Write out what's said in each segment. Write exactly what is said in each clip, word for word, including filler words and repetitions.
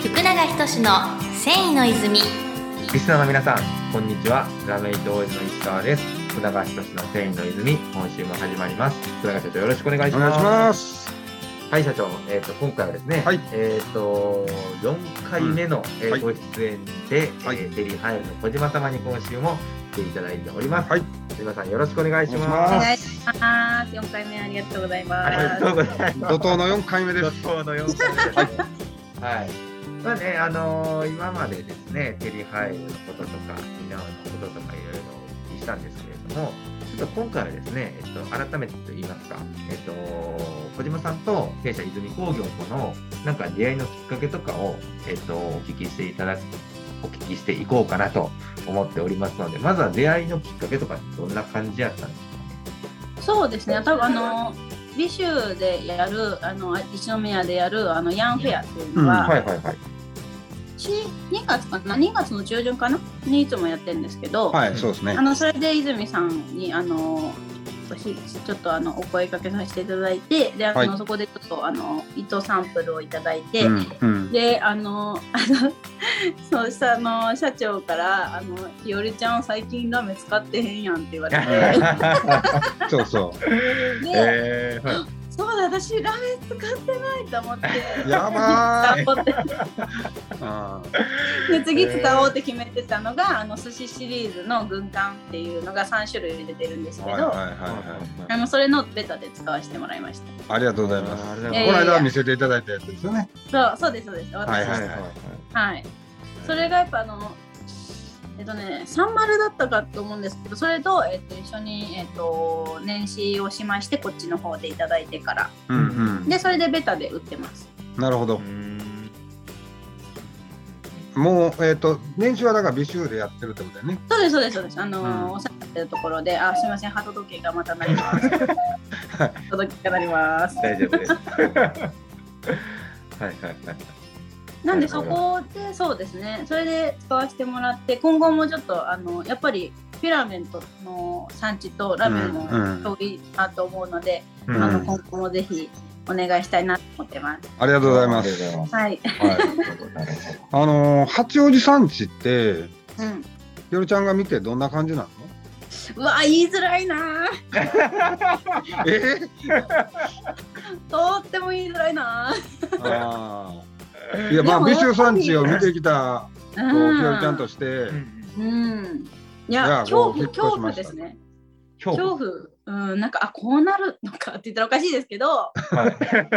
福永仁の繊維の泉。 リスナーの皆さん、こんにちは。ラメイトオイルの石川です。福永仁の繊維の泉、今週も始まります。福永社長、よろしくお願いします。 お願いします。 はい、社長、えーと、今回はですね、 はい、 えーと、よんかいめの、うんえーはい、ご出演で、 はいえー、デリハイルの小島様に今週も来ていただいております。 はい、 小島さん、よろしくお願いします。 お願いします。よんかいめありがとうございます。 ありがとうございます。 怒涛のよんかいめです。 怒涛のよんかいめです。はい。はい。まあね、あのー、今までですね、テリハイルのこととか、ミナオのこととかいろいろお聞きしたんですけれども、ちょっと今回はですね、えっと、改めてと言いますか、えっと、小島さんと弊社泉工業とのなんか出会いのきっかけとかを、えっと、お聞きしていただく、お聞きしていこうかなと思っておりますので、まずは出会いのきっかけとかどんな感じやったんですか？ そうですね、多分あの美州でやる、あの一宮でやるあのヤンフェアっていうのは、 うん、はいはいはい。 にがつかな、にがつの中旬かなにいつもやってるんですけど、 はい、そうですね。 あのそれで泉さんにあのちょっとあのお声かけさせていただいて、であの、はい、そこでちょっとあの糸サンプルをいただいて、うんうん、であのあのそうしたあの社長からあのひよりちゃん最近ラメ使ってへんやんって言われてそうそうで、 えーはいそうだ、私ラメ使ってないと思ってやばーいで次使おうって決めてたのがあの寿司シリーズの軍艦っていうのがさんしゅるい出てるんですけど、あのそれのベタで使わせてもらいました。 ありがとうございます。この間見せていただいたやつですよね。 そうそうですそうです。私はいはいはい、 はい、それがやっぱあのえっとね、さんじゅうだったかと思うんですけど、それと、えっと、一緒に、えっと、年始をしまして、こっちの方でいただいてから、うんうん、でそれでベタで売ってます。 なるほど。もう、えっと、年始はだから美州でやってるってことだよね。 そうですそうですそうです。あのーうん、お世話になってるところで、あ、すみません、鳩時計がまた鳴ります。鳩時計が鳴ります。 大丈夫です。はいはいはい。 なんでそこでそうですね、それで使わせてもらって、今後もちょっとあのやっぱりフィラメントの産地とラメも遠いなと思うので、うんうん、あの今後もぜひお願いしたいなと思ってます。 ありがとうございます。 はい。 はい、あの八王子産地って、うん、ひよりちゃんが見てどんな感じなの？ うわ、言いづらいな。 えとっても言いづらいな。 あいやまあ美州産地を見てきたひよりちゃんとして、 うん、いや恐怖恐怖ですね。恐怖、うん、なんかあこうなるのかって言ったらおかしいですけど、はい、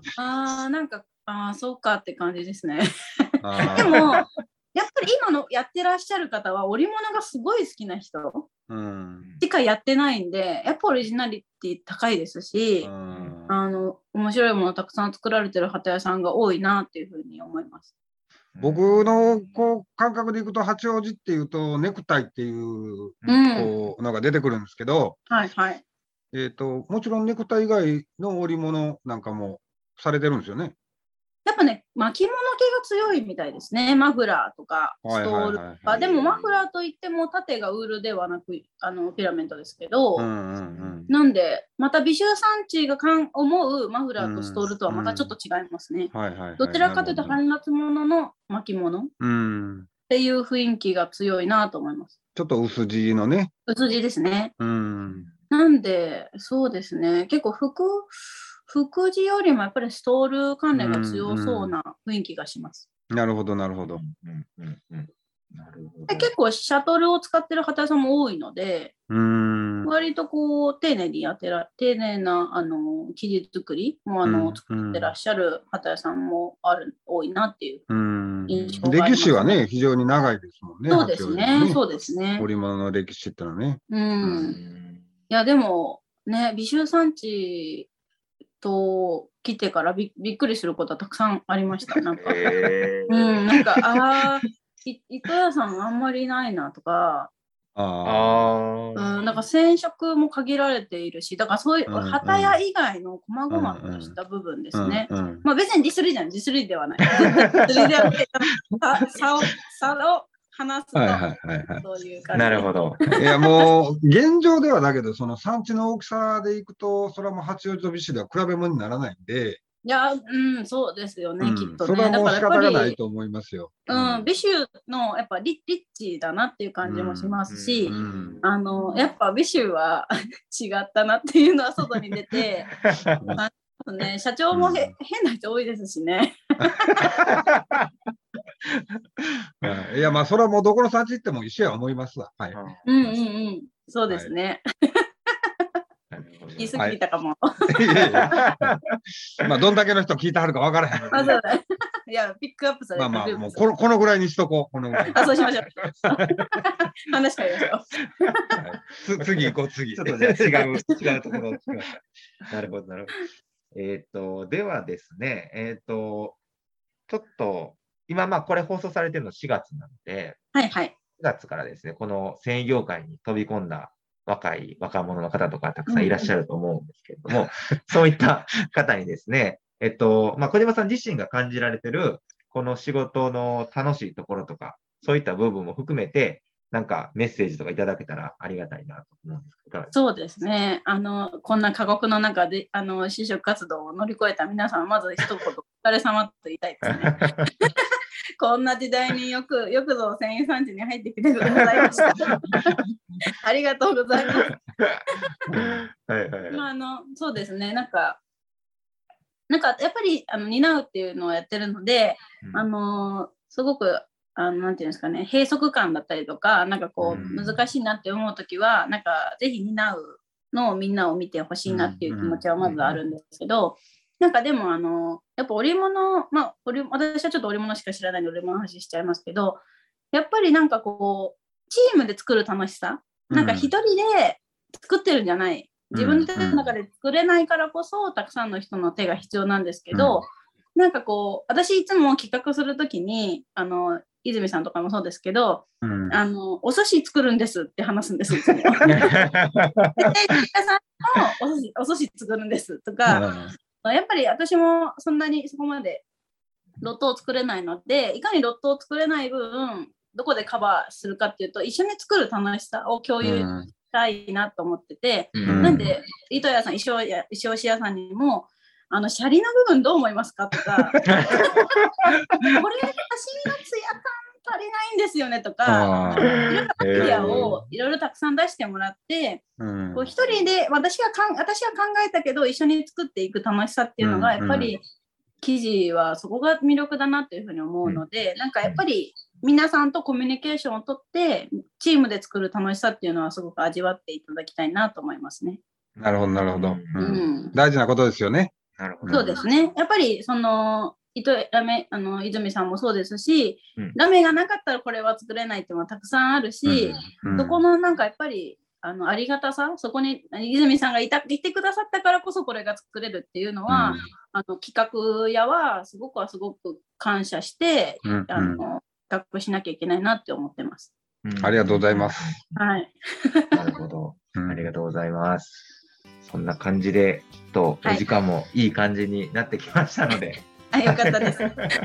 あなんかあそうかって感じですね。でもやっぱり今のやってらっしゃる方は織物がすごい好きな人しかやってないんで、やっぱオリジナリティ高いですし、うん、あの面白いものをたくさん作られてる旗屋さんが多いなっていうふうに思います。 僕のこう感覚でいくと八王子っていうとネクタイっていう、うん、こうのが出てくるんですけど、 はいはい、 えーと、もちろんネクタイ以外の織物なんかもされてるんですよね。 やっぱね、巻物系が強いみたいですね。マフラーとかストールとか、はいはいはいはい、でもマフラーといっても縦がウールではなくあのフィラメントですけど、うんうんうん、なんでまた美州産地がかん思うマフラーとストールとはまたちょっと違いますね。どちらかというと半夏物の巻物っていう雰囲気が強いなと思います。 ちょっと薄地のね。 薄地ですね。 うん、 なんでそうですね、結構服服地よりもやっぱりストール関連が強そうな雰囲気がします。 うんうん、なるほどなるほど。 で結構シャトルを使ってる方さんも多いので、 うん割とこう丁寧にやってら丁寧なあの生地作りもあの、うん、作ってらっしゃる方さんもある多いなっていう印象があります、ね。 歴史はね非常に長いですもんね。 そうですね、ね、そうですね。 織物の歴史ってのはね。 うん。うん、いやでもね、美州産地と来てから び, びっくりすることはたくさんありました。なんか、えー、うん、なんかあ糸屋さんあんまりないなとか、 あ、 うん、なんか染色も限られているし、だからそういう旗屋以外の細々とした部分ですね。うんうん、まあ別にディスリーじゃない、ディスリーではない。ディスリーではなくて差を差を話すと、はいはいはいはい、そういう感じ。 なるほど。 いやもう現状ではだけど、その産地の大きさでいくと、それはもう八王子と美州では比べ物にならないんで、 いや、うん、そうですよね、うん、きっとね。 それはもう仕方がないと思いますよ。 うん、美酒のやっぱリ、リッチだなっていう感じもしますし、うんうん、あのやっぱ美酒は違ったなっていうのは外に出て、あのね、社長もへ、うん、変な人多いですしね。 いや、まあそれはもうどこの産地行っても一緒や思いますわ。はい。 うんうんうん、そうですね。はい言い過ぎたかも。 はい、いやいやまあどんだけの人聞いてはるか分からへんので、ね。 あ、そうだ。いやピックアップされてる。 まあまあもうこのこのぐらいにしとこう。このぐらい。 あ、そうしましょう。話変えましょう。はい、次行こう次。 ちょっとじゃあ違う違うところを聞きました。なるほどなるほど。えっとではですね、えっとちょっと今まあこれ放送されてるのしがつなので、 はいはい。しがつからですねこの繊維業界に飛び込んだ若い若者の方とかたくさんいらっしゃると思うんですけれども、うん、そういった方にですね、えっと、まあ、小島さん自身が感じられてる、この仕事の楽しいところとか、そういった部分も含めて、なんかメッセージとかいただけたらありがたいなと思うんですけど。 そうですね。あの、こんな過酷の中で、あの、就職活動を乗り越えた皆さん、まず一言、お疲れ様と言いたいですね。こんな時代によく、よくぞ繊維産地に入ってきてくださいました。ありがとうございます。 はいはい。 まあ、あの、そうですね。なんか、なんかやっぱりあの担うっていうのをやってるので、うん、あのすごくあのなんていうんですかね、閉塞感だったりとか、なんかこう、うん、難しいなって思うときは、なんかぜひ担うのをみんなを見てほしいなっていう気持ちはまずあるんですけど、うん、なんかでもあのやっぱ織物、まあ織私はちょっと織物しか知らないので織物の話しちゃいますけど、やっぱりなんかこうチームで作る楽しさ、なんか一人で作ってるんじゃない。自分の中で作れないからこそ、たくさんの人の手が必要なんですけど、うん、なんかこう私いつも企画するときにあの泉さんとかもそうですけど、うん、あのお寿司作るんですって話すんですいつも。でさんのお寿司お寿司作るんですとか、うん、やっぱり私もそんなにそこまでロットを作れないので、いかにロットを作れない分どこでカバーするかっていうと、一緒に作る楽しさを共有、うんたいなと思ってて、うん、なんで糸屋さん、衣装や衣装師屋さんにもあのシャリの部分どう思いますかとかこれ足のツヤ感足りないんですよねとか、いろいろアイデアをいろいろたくさん出してもらって、うん、こう一人で私はかん私は考えたけど一緒に作っていく楽しさっていうのがやっぱり、うんうん、記事はそこが魅力だなというふうに思うので、うん、なんかやっぱり皆さんとコミュニケーションをとってチームで作る楽しさっていうのはすごく味わっていただきたいなと思いますね。 なるほどなるほど、うんうん、大事なことですよね。 なるほど。 そうですね。やっぱりその糸ラメあの泉さんもそうですし、うん、ラメがなかったらこれは作れないっていうのはたくさんあるし、うんうん、そこのなんかやっぱりあのありがたさ、そこに泉さんがいたいてくださったからこそこれが作れるっていうのは、うん、あの企画屋はすごくはすごく感謝して、うんうん、あの企画しなきゃいけないなって思ってます。 うん、ありがとうございます。 はい。 なるほど。ありがとうございます。そんな感じで、きっとお時間もいい感じになってきましたので。 はい、あ、よかったです。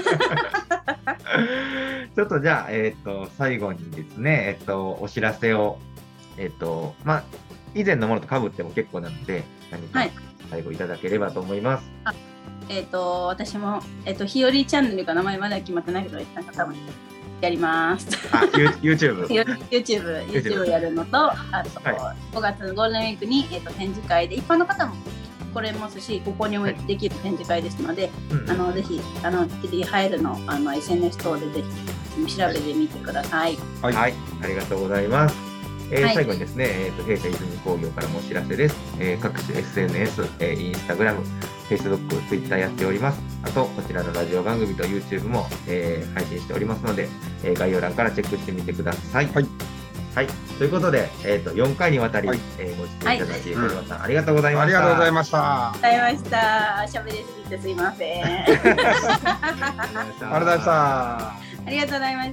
ちょっとじゃあ、えっと、最後にですね、えっと、お知らせを、えっと、まあ、以前のものと被っても結構なので、何か最後いただければと思います。 はい、えっと、私も、えっと、ひよりチャンネルか名前までは決まってないけど、なんか多分やります。 あ、YouTube。 YouTube、YouTube やるのと、あと、はい、ごがつのゴールデンウィークに、えっと、展示会で、一般の方も来れますし、ここにもできる展示会ですので、はい、あのぜひ、あの、テリーハイルの、あの エスエヌエス 等でぜひ調べてみてください。 はい、はい、ありがとうございます。えーはい、最後にですね、えーと、弊社泉工業からもお知らせです。えー、各種 エスエヌエス、えー、インスタグラム、Facebook、Twitter やっております。あと、こちらのラジオ番組と YouTube も、えー、配信しておりますので、えー、概要欄からチェックしてみてください。はい。はい。ということで、えーと、よんかいにわたり、はい、えー、ご出演いただき、小島さん、ありがとうございました。 ありがとうございました。 ありがとうございました。喋りすぎてすいません。ありがとうございました。ありがとうございました。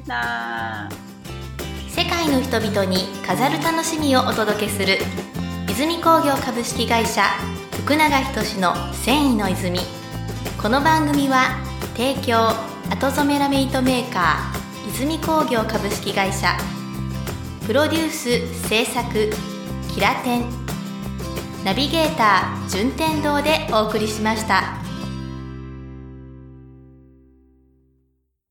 世界の人々に飾る楽しみをお届けする泉工業株式会社福永仁の繊維の泉。この番組は提供後染めラメ糸メーカー泉工業株式会社、プロデュース制作キラテン、ナビゲーター順天堂でお送りしました。